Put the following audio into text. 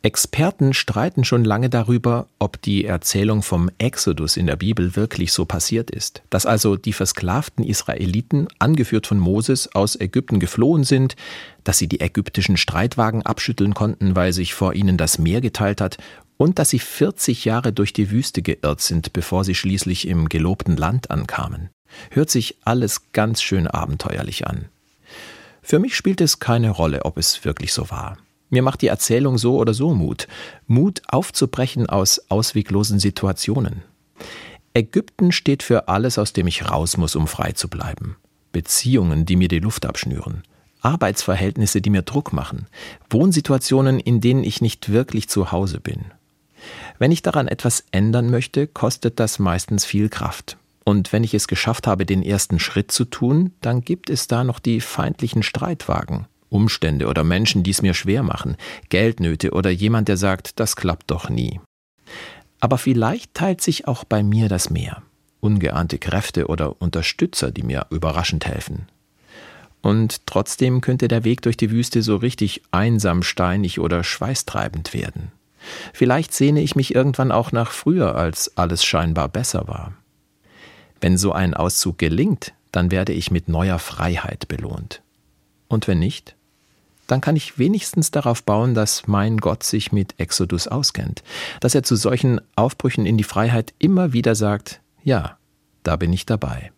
Experten streiten schon lange darüber, ob die Erzählung vom Exodus in der Bibel wirklich so passiert ist, dass also die versklavten Israeliten, angeführt von Moses, aus Ägypten geflohen sind, dass sie die ägyptischen Streitwagen abschütteln konnten, weil sich vor ihnen das Meer geteilt hat, und dass sie 40 Jahre durch die Wüste geirrt sind, bevor sie schließlich im gelobten Land ankamen. Hört sich alles ganz schön abenteuerlich an. Für mich spielt es keine Rolle, ob es wirklich so war. Mir macht die Erzählung so oder so Mut. Mut, aufzubrechen aus ausweglosen Situationen. Ägypten steht für alles, aus dem ich raus muss, um frei zu bleiben. Beziehungen, die mir die Luft abschnüren. Arbeitsverhältnisse, die mir Druck machen. Wohnsituationen, in denen ich nicht wirklich zu Hause bin. Wenn ich daran etwas ändern möchte, kostet das meistens viel Kraft. Und wenn ich es geschafft habe, den ersten Schritt zu tun, dann gibt es da noch die feindlichen Streitwagen. Umstände oder Menschen, die es mir schwer machen, Geldnöte oder jemand, der sagt, das klappt doch nie. Aber vielleicht teilt sich auch bei mir das Meer. Ungeahnte Kräfte oder Unterstützer, die mir überraschend helfen. Und trotzdem könnte der Weg durch die Wüste so richtig einsam, steinig oder schweißtreibend werden. Vielleicht sehne ich mich irgendwann auch nach früher, als alles scheinbar besser war. Wenn so ein Auszug gelingt, dann werde ich mit neuer Freiheit belohnt. Und wenn nicht, dann kann ich wenigstens darauf bauen, dass mein Gott sich mit Exodus auskennt, dass er zu solchen Aufbrüchen in die Freiheit immer wieder sagt, ja, da bin ich dabei.